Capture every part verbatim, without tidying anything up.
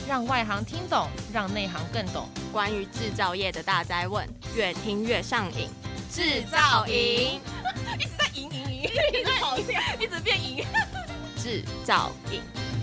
让外行听懂，让内行更懂。 关于制造业的大哉问，越听越上瘾。制造营一直在赢赢赢，一直跑掉，一直变赢。 制造营。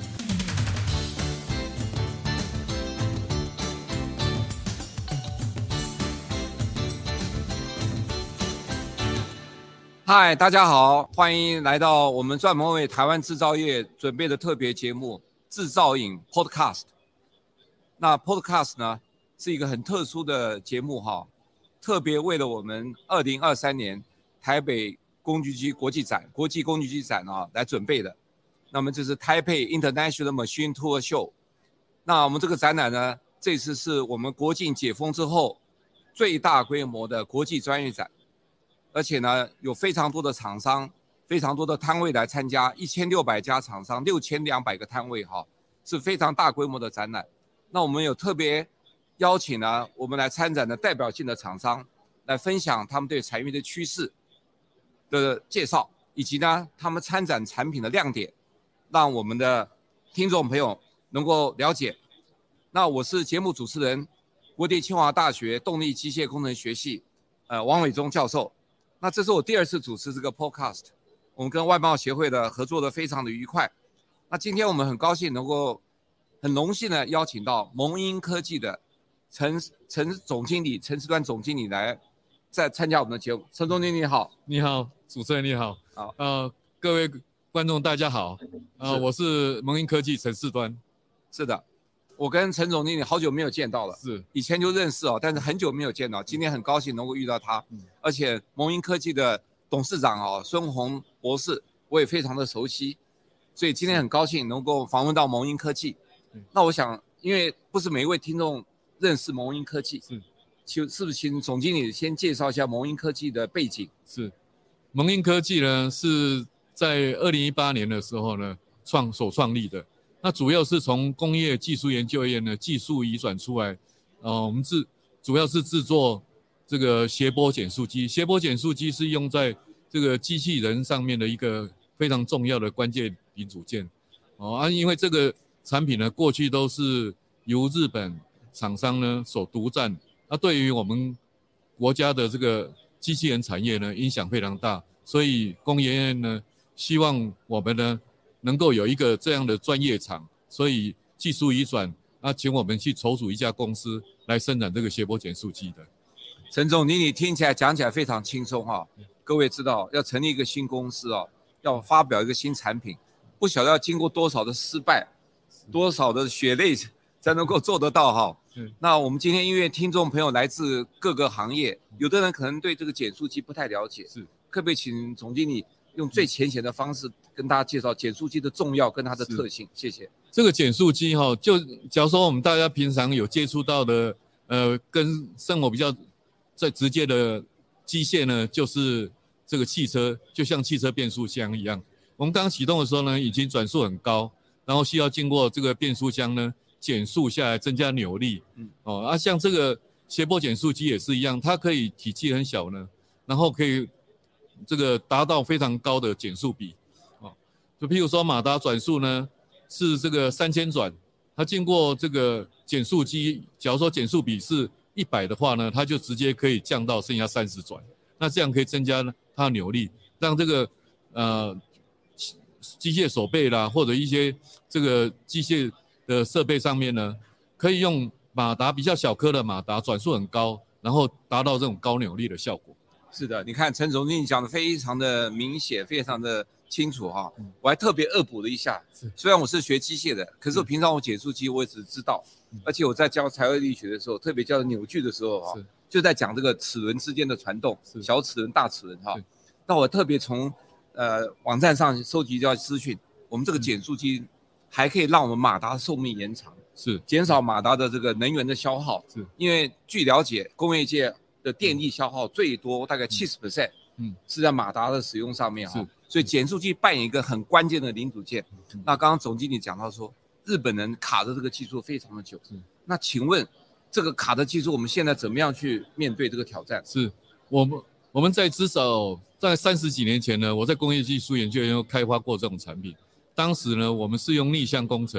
嗨，大家好，欢迎来到我们专门为台湾制造业准备的特别节目《制造营 Podcast》。那 Podcast 呢，是一个很特殊的节目哈，特别为了我们二零二三年台北工具机国际展、国际工具机展啊来准备的。那么这是 Taipei International Machine Tool Show。那我们这个展览呢，这次是我们国境解封之后最大规模的国际专业展。而且呢，有非常多的厂商，非常多的摊位来参加，一千六百家厂商，六千两百个摊位哈，是非常大规模的展览。那我们有特别邀请呢，我们来参展的代表性的厂商，来分享他们对产业的趋势的介绍，以及呢，他们参展产品的亮点，让我们的听众朋友能够了解。那我是节目主持人，国立清华大学动力机械工程学系，呃，王伟忠教授。那这是我第二次主持这个 podcast， 我们跟外贸协会的合作的非常的愉快。那今天我们很高兴能够很荣幸的邀请到蒙英科技的陈陈总经理、陈世端总经理来再参加我们的节目。陈总经理好。 你好，主持人你好。 好， 呃，各位观众大家好。呃，我是蒙英科技陈世端。 是的。我跟陈总经理好久没有见到了， 是以前就认识哦，但是很久没有见到，今天很高兴能够遇到他，嗯、而且蒙英科技的董事长哦孙宏博士，我也非常的熟悉，所以今天很高兴能够访问到蒙英科技。那我想，因为不是每一位听众认识蒙英科技， 是， 是不是请总经理先介绍一下蒙英科技的背景？ 是，蒙英科技呢是在二零一八年的时候呢创所创立的。那主要是从工业技术研究院呢技术移转出来，呃，我们制主要是制作这个斜波减速机。斜波减速机是用在这个机器人上面的一个非常重要的关键零组件。哦啊，因为这个产品呢过去都是由日本厂商呢所独占，那对于我们国家的这个机器人产业呢影响非常大，所以工研院呢希望我们呢能够有一个这样的专业厂，所以技术移转，那请我们去筹组一家公司来生产这个斜波减速机的。 陈总经理听起来讲起来非常轻松哈、哦，各位知道要成立一个新公司哦，要发表一个新产品，不晓得要经过多少的失败，多少的血泪才能够做得到哈、哦。那我们今天因为听众朋友来自各个行业，有的人可能对这个减速机不太了解， 是， 可不可以请总经理用最浅显的方式跟大家介绍减速机的重要跟它的特性？谢谢。 这个减速机哈，就假如说我们大家平常有接触到的，呃，跟生活比较最直接的机械呢，就是这个汽车，就像汽车变速箱一样。我们刚刚启动的时候呢，引擎转速很高，然后需要经过这个变速箱呢减速下来，增加扭力。嗯，哦，啊，像这个斜波减速机也是一样，它可以体积很小呢，然后可以这个达到非常高的减速比，哦，就譬如说马达转速呢是这个三千转，它经过这个减速机，假如说减速比是一百的话呢，它就直接可以降到剩下三十转，那这样可以增加它的扭力，让这个呃机械手背啦或者一些这个机械的设备上面呢，可以用马达比较小颗的马达，转速很高，然后达到这种高扭力的效果。 是的，你看陈总经理讲的非常的明显，非常的清楚哈、嗯。我还特别恶补了一下，虽然我是学机械的，可是我平常我减速机我也只知道，嗯、而且我在教材料力学的时候，特别教扭矩的时候哈，就在讲这个齿轮之间的传动，小齿轮、大齿轮哈。那我特别从呃网站上收集到资讯，我们这个减速机还可以让我们马达的寿命延长， 是减少马达的这个能源的消耗，是因为据了解，工业界的电力消耗最多大概 百分之七十， 嗯，是在马达的使用上面哈，所以减速机扮演一个很关键的零组件。嗯、那刚刚总经理讲到说，日本人卡着这个技术非常的久，那请问这个卡的技术，我们现在怎么样去面对这个挑战？ 是我们我们在至少在三十几年前呢，我在工业技术研究院开发过这种产品，当时呢，我们是用逆向工程呢，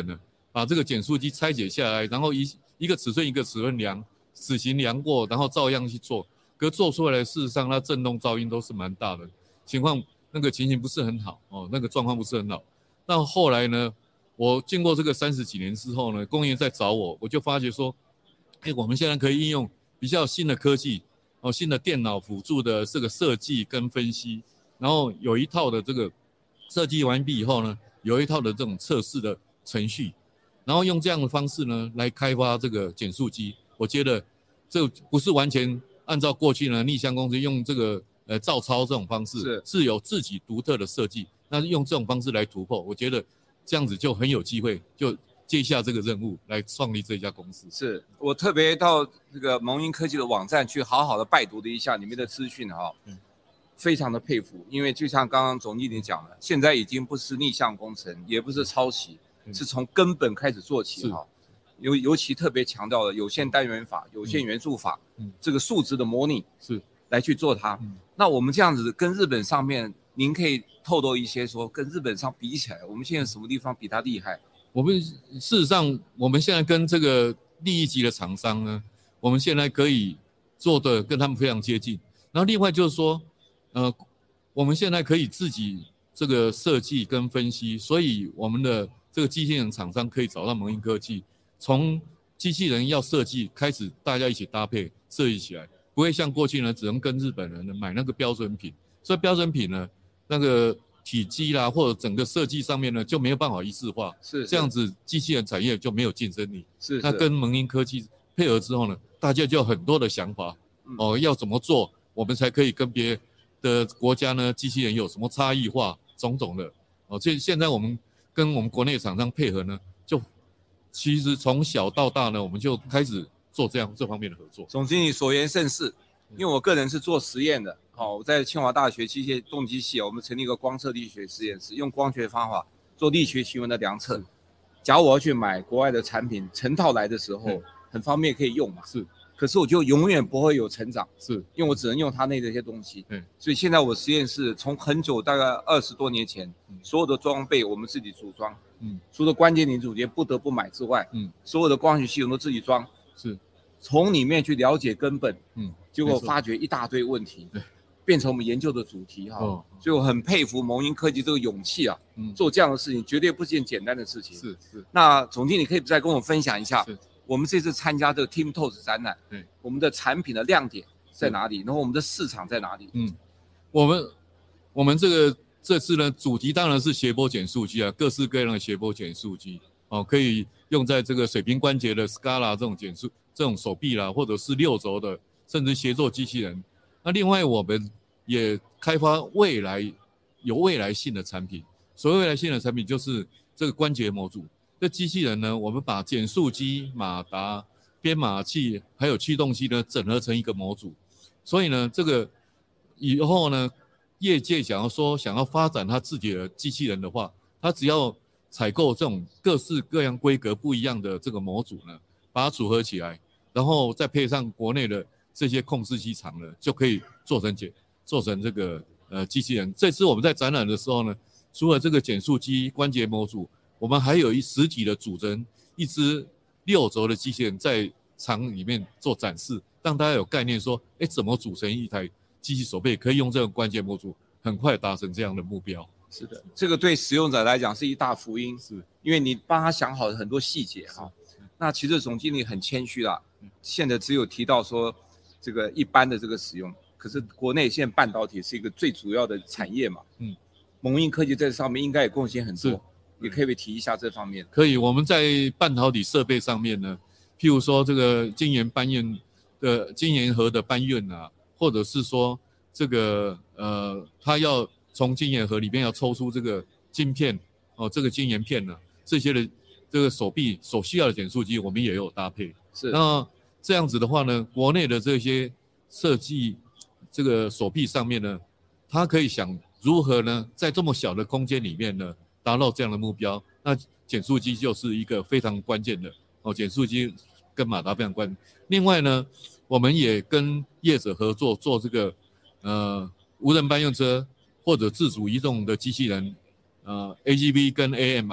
把这个减速机拆解下来，然后一一个尺寸一个尺寸量，尺型量过，然后照样去做。可是做出来，事实上它震动噪音都是蛮大的情况，那个情形不是很好哦，那个状况不是很好。那后来呢，我经过这个三十几年之后呢，工研在找我，我就发觉说，哎，我们现在可以应用比较新的科技哦，新的电脑辅助的这个设计跟分析，然后有一套的这个设计完毕以后呢，有一套的这种测试的程序，然后用这样的方式呢来开发这个减速机。我觉得这不是完全按照过去呢逆向公司用这个呃照抄这种方式， 是是有自己独特的设计，那用这种方式来突破，我觉得这样子就很有机会，就接下这个任务来创立这家公司。 是我特别到这个蒙英科技的网站去好好的拜读了一下里面的资讯哈，嗯，非常的佩服，因为就像刚刚总经理讲的，现在已经不是逆向工程，也不是抄袭，嗯、是从根本开始做起哈。尤尤其特别强调了有限单元法、有限元素法，嗯，这个数值的模拟是来去做它。嗯、那我们这样子跟日本上面，您可以透露一些说，跟日本上比起来，我们现在什么地方比它厉害？ 我们事实上，我们现在跟这个利益级的厂商呢，我们现在可以做的跟他们非常接近。然后另外就是说，呃，我们现在可以自己这个设计跟分析，所以我们的这个机器人厂商可以找到蒙英科技。从机器人要设计开始，大家一起搭配设计起来，不会像过去呢，只能跟日本人呢买那个标准品。所以标准品呢，那个体积啦，或者整个设计上面呢，就没有办法一致化。 是这样子，机器人产业就没有竞争力。 是那跟蒙英科技配合之后呢，大家就有很多的想法，嗯、哦，要怎么做，我们才可以跟别的国家呢，机器人有什么差异化，种种的。哦，这现在我们跟我们国内厂商配合呢，就其实从小到大呢，我们就开始做这样这方面的合作。 总经理所言甚是，因为我个人是做实验的，好、哦，我在清华大学机械动机系，我们成立一个光测力学实验室，用光学方法做力学新闻的量测。假如我要去买国外的产品，成套来的时候，很方便可以用嘛。 是。 可是我就永远不会有成长， 是因为我只能用它内的一些东西。 嗯， 所以现在我实验室从很久，大概二十多年前，嗯、所有的装备我们自己组装。嗯，除了关键零组件不得不买之外，嗯，所有的光学系统都自己装。 是， 从里面去了解根本。 嗯， 结果发觉一大堆问题，变成我们研究的主题哈。哦，所以我很佩服蒙英科技这个勇气啊，嗯，做这样的事情绝对不是件简单的事情。 是是。 那总经理可以再跟我分享一下？是。我们这次参加这个 TeamTalks 展览， 对， 我们的产品的亮点在哪里？然后我们的市场在哪里？ 嗯，我们我们这个这次呢，主题当然是谐波减速机啊，各式各样的谐波减速机哦，可以用在这个水平关节的 Scala 这种减速这种手臂啦，或者是六轴的，甚至协作机器人。那另外我们也开发未来有未来性的产品，所谓未来性的产品就是这个关节模组。这机器人呢，我们把减速机、马达、编码器还有驱动器呢整合成一个模组，所以呢，这个以后呢，业界想要说想要发展他自己的机器人的话，他只要采购这种各式各样规格不一样的这个模组呢，把它组合起来，然后再配上国内的这些控制机厂呢，就可以做成减做成这个呃机器人。这次我们在展览的时候呢，除了这个减速机关节模组，我们还有一实体的组成一支六轴的机器人在厂里面做展示，让大家有概念说，哎，怎么组成一台机器手臂可以用这个关节模组很快达成这样的目标。 是的，这个对使用者来讲是一大福音， 是因为你帮他想好了很多细节哈。那其实总经理很谦虚啦，现在只有提到说这个一般的这个使用，可是国内现在半导体是一个最主要的产业嘛，嗯，蒙英科技在这上面应该也贡献很多。也可以提一下这方面。 可以，我们在半导体设备上面呢，譬如说这个晶圆搬运的晶圆盒的搬运啊，或者是说这个呃，它要从晶圆盒里面要抽出这个晶片哦，这个晶圆片呢，这些的这个手臂所需要的减速机，我们也有搭配。 是。 那这样子的话呢，国内的这些设计这个手臂上面呢，它可以想如何呢，在这么小的空间里面呢，达到这样的目标，那减速机就是一个非常关键的哦。减速机跟马达非常关键。另外呢，我们也跟业者合作做这个呃无人搬运车或者自主移动的机器人，呃 A G V 跟 A M R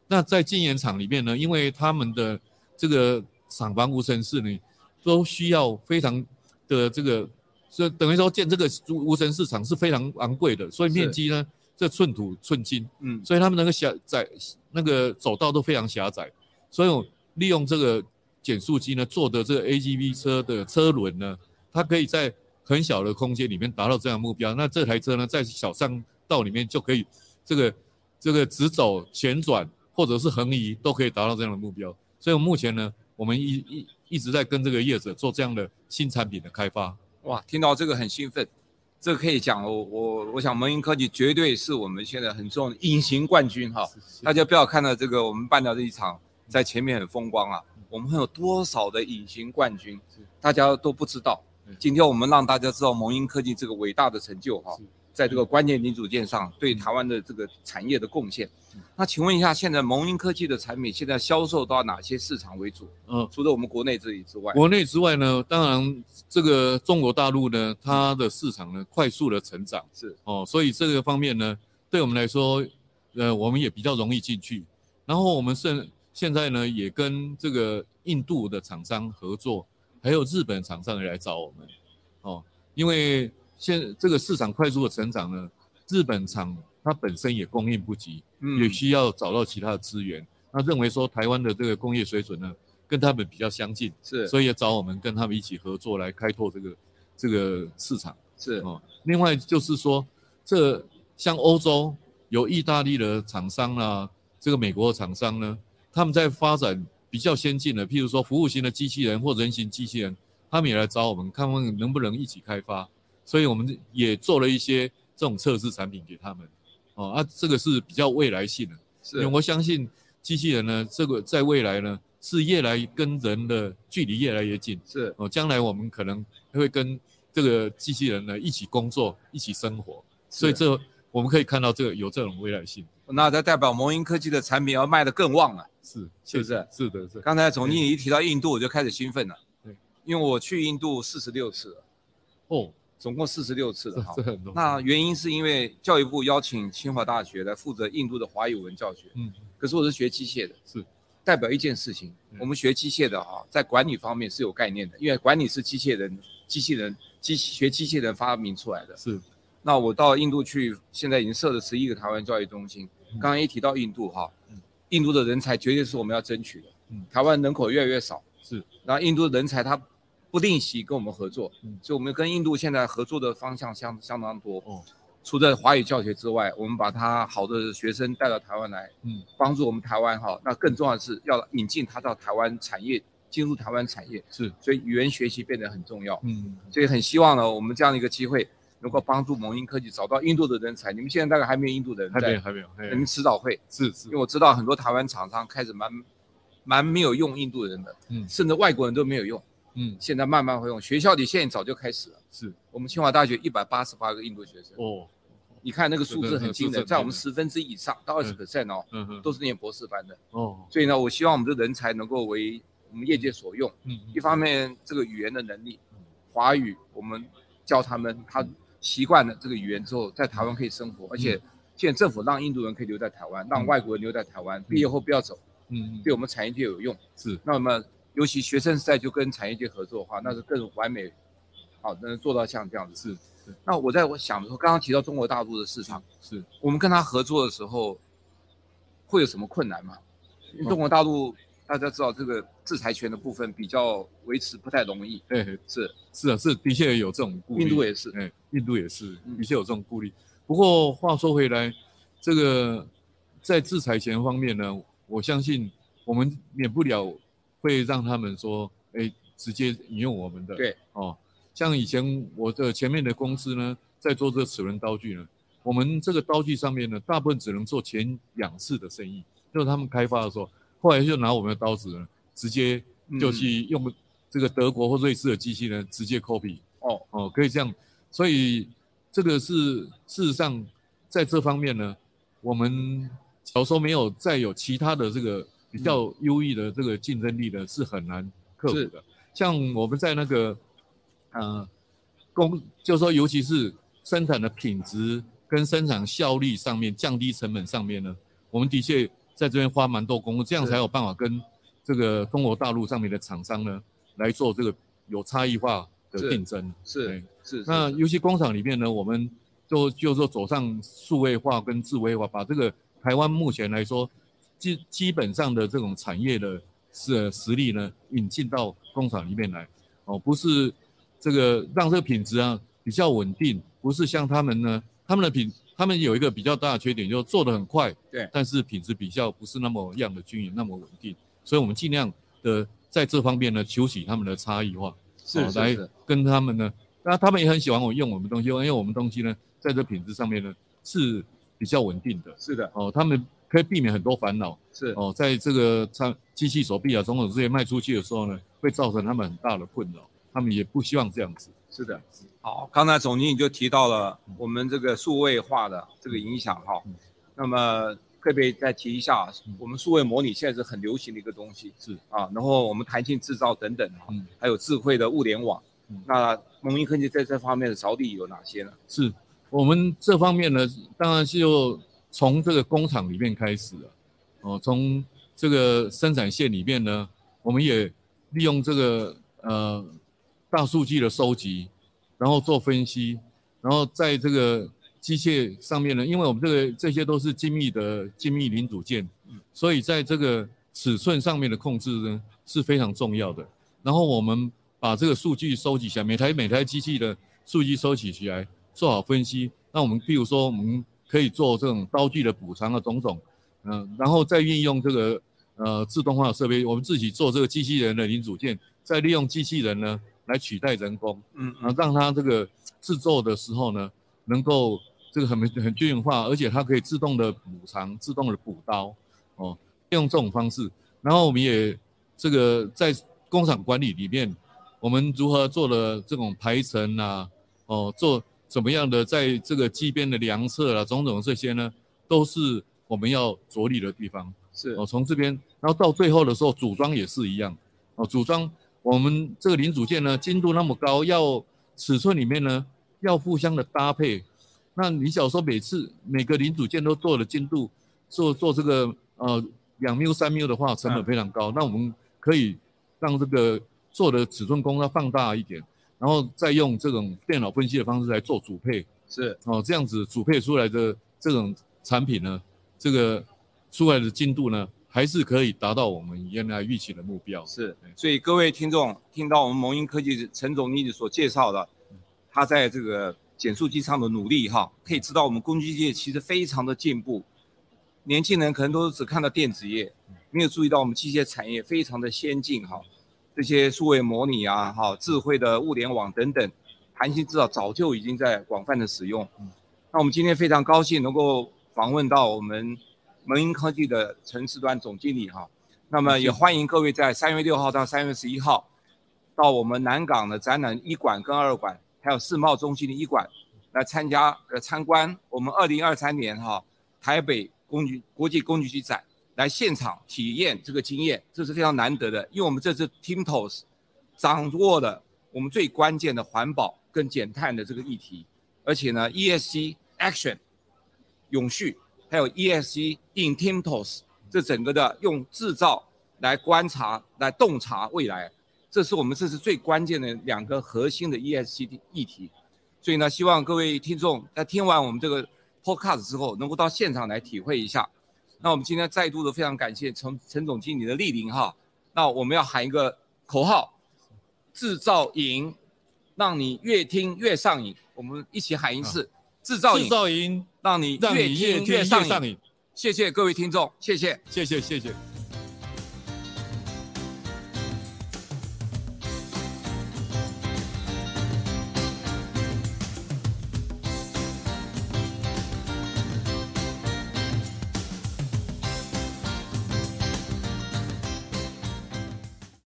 那在晶圆厂里面呢，因为他们的这个厂房无尘室呢，都需要非常的这个，所以等于说建这个无尘室厂是非常昂贵的，所以面积呢，这寸土寸金，嗯，所以他们那个狭窄那个走道都非常狭窄，所以我利用这个减速机呢做的这个 A G V 车的车轮呢，它可以在很小的空间里面达到这样的目标。那这台车呢，在小巷道里面就可以这个这个直走、旋转或者是横移都可以达到这样的目标。所以我目前呢，我们一一一直在跟这个业者做这样的新产品的开发。 哇，听到这个很兴奋。这个可以讲，我我我想蒙英科技绝对是我们现在很重要的隐形冠军哈。大家不要看到这个我们办的这一场在前面很风光啊，我们会有多少的隐形冠军，大家都不知道。今天我们让大家知道蒙英科技这个伟大的成就哈，在这个关键零组件上对台湾的这个产业的贡献。那请问一下，现在蒙英科技的产品现在销售到哪些市场为主？嗯，除了我们国内这里之外， 国内之外呢，当然这个中国大陆呢，它的市场呢快速的成长， 是哦，所以这个方面呢，对我们来说，呃，我们也比较容易进去。然后我们现现在呢，也跟这个印度的厂商合作，还有日本厂商也来找我们，哦，因为现这个市场快速的成长呢，日本厂它本身也供应不及，嗯，也需要找到其他的资源。那认为说台湾的这个工业水准呢，跟他们比较相近， 是， 所以也找我们跟他们一起合作来开拓这个这个市场。 是哦，另外就是说，这像欧洲有意大利的厂商啊，这个美国的厂商呢，他们在发展比较先进的，譬如说服务型的机器人或人形机器人，他们也来找我们，看看能不能一起开发。所以我们也做了一些这种测试产品给他们。哦，啊，这个是比较未来性的， 是， 因为我相信机器人呢，这个在未来呢是越来跟人的距离越来越近， 是哦，将来我们可能会跟这个机器人呢一起工作，一起生活，所以这我们可以看到这个有这种未来性。 那这代表蒙英科技的产品要卖得更旺了， 是是不是？ 是的，是。 刚才总经理一提到印度，我就开始兴奋了，对，因为我去印度四十六次了，哦。总共四十六次了哈，那原因是因为教育部邀请清华大学来负责印度的华语文教学，嗯，可是我是学机械的，是代表一件事情，我们学机械的哈，在管理方面是有概念的，因为管理是机械人、机器人、机学机械人发明出来的。是，那我到印度去，现在已经设了十一个台湾教育中心。刚刚一提到印度哈，印度的人才绝对是我们要争取的。台湾人口越来越少，是，然后印度的人才他不吝惜跟我们合作，嗯，所以我们跟印度现在合作的方向相相当多。哦，除了华语教学之外，我们把他好的学生带到台湾来，嗯，帮助我们台湾哈。那更重要的是要引进他到台湾产业，进入台湾产业，是，所以语言学习变得很重要。嗯，所以很希望呢，我们这样的一个机会能够帮助蒙英科技找到印度的人才。你们现在大概还没有印度的人在，还没有，还没有，你们迟早会。是是，因为我知道很多台湾厂商开始蛮蛮没有用印度人的，嗯，甚至外国人都没有用。嗯，现在慢慢会用，学校里现在早就开始了。是我们清华大学一百八十八个印度学生哦，你看那个数字很惊人，在我们十分之一以上到二十 percent 哦，嗯、都是念博士班的哦。所以呢，我希望我们的人才能够为我们业界所用。嗯，一方面这个语言的能力，华语我们教他们，他习惯了这个语言之后，在台湾可以生活，而且现在政府让印度人可以留在台湾，让外国人留在台湾，毕业后不要走。嗯，对我们产业界有用。是，那么。尤其学生时代就跟产业界合作的话，那是更完美，好能做到像这样子。是，那我在我想的时候，刚刚提到中国大陆的市场，是我们跟他合作的时候，会有什么困难吗？因为中国大陆大家知道这个制裁权的部分比较维持不太容易。对，是是啊，是的确有这种顾虑。 印度也是， 哎，印度也是，的确有这种顾虑。不过话说回来，这个在制裁权方面呢，我相信我们免不了。会让他们说，哎，直接引用我们的。对，哦，像以前我的前面的公司呢，在做这个齿轮刀具呢，我们这个刀具上面呢，大部分只能做前两次的生意，就是他们开发的时候，后来就拿我们的刀子呢，直接就去用这个德国或瑞士的机器呢，直接 copy。哦哦，可以这样，所以这个是事实上在这方面呢，我们假如说没有再有其他的这个。比较优异的这个竞争力呢是很难克服的。像我们在那个呃工，就是说尤其是生产的品质跟生产效率上面，降低成本上面呢，我们的确在这边花蛮多功夫，这样才有办法跟这个中国大陆上面的厂商呢来做这个有差异化的竞争。 是是。 那游戏工厂里面呢，我们就就是说走上数位化跟智慧化，把这个台湾目前来说基基本上的这种产业的实实力呢引进到工厂里面来。哦，不是这个让这个品质啊比较稳定，不是像他们呢，他们的品，他们有一个比较大的缺点，就是做得很快， 对， 但是品质比较不是那么样的均匀，那么稳定，所以我们尽量的在这方面呢求取他们的差异化， 是哦、来是是跟他们呢，那他们也很喜欢我用我们东西，因为我们东西呢在这品质上面呢是比较稳定的， 是的， 哦，他们可以避免很多烦恼， 是哦，在这个机器手臂啊种种这些卖出去的时候呢，会造成他们很大的困扰。他们也不希望这样子。 是的，好，刚才总经理就提到了我们这个数位化的这个影响哈。那么可不可以再提一下，我们数位模拟现在是很流行的一个东西， 是啊，然后我们弹性制造等等哈， 嗯、 还有智慧的物联网。 嗯、 那蒙英科技在这方面的着力有哪些呢？ 是我们这方面呢，当然是就从这个工厂里面开始了，哦，从这个生产线里面呢，我们也利用这个呃。大数据的收集，然后做分析，然后在这个机械上面呢，因为我们这个这些都是精密的精密零组件，所以在这个尺寸上面的控制呢是非常重要的。然后我们把这个数据收集起来，每台每台机器的数据收集起来，做好分析。那我们譬如说，我们可以做这种刀具的补偿啊，种种，嗯、呃，然后再运用这个呃自动化的设备，我们自己做这个机器人的零组件，再利用机器人呢。来取代人工，嗯，啊，让它这个制作的时候呢，能够这个很很均匀化，而且它可以自动的补偿、自动的补刀，哦，用这种方式。然后我们也这个在工厂管理里面，我们如何做的这种排程啊，哦，做怎么样的在这个机边的量测啊，种种这些呢，都是我们要着力的地方。 是哦，从这边，然后到最后的时候，组装也是一样，哦，组装。我们这个零组件呢，精度那么高，要尺寸里面呢要互相的搭配。那你假如说每次每个零组件都做了精度，做做这个呃两缪三缪的话，成本非常高。嗯、那我们可以让这个做的尺寸工要放大一点，然后再用这种电脑分析的方式来做组配。 是哦，这样子组配出来的这种产品呢，这个出来的精度呢。还是可以达到我们原来预期的目标。 是，所以各位听众听到我们蒙英科技陈总经理所介绍的，他在这个减速机上的努力哈，可以知道我们工具界其实非常的进步。年轻人可能都只看到电子业，没有注意到我们机械产业非常的先进哈。这些数位模拟啊，哈，智慧的物联网等等，弹性制造早就已经在广泛的使用。那我们今天非常高兴能够访问到我们蒙英科技的陈世端总经理哈，那么也欢迎各位在三月六号到三月十一号，到我们南港的展览一馆跟二馆，还有世贸中心的一馆来参加呃参观我们二零二三年哈台北工具国际工具机展，来现场体验这个经验，这是非常难得的，因为我们这次 TIMTOS 掌握了我们最关键的环保跟减碳的这个议题，而且呢 E S G Action 永续。还有 E S G in TIMTOS 这整个的用制造来观察、来洞察未来，这是我们这是最关键的两个核心的 E S G 议题。所以呢，希望各位听众在听完我们这个 podcast 之后，能够到现场来体会一下。那我们今天再度的非常感谢陈陈总经理的莅临哈。那我们要喊一个口号：制造赢，让你越听越上瘾。我们一起喊一次。制造制造赢， 让你越听越上瘾。谢谢各位听众，谢谢， 谢谢，谢谢。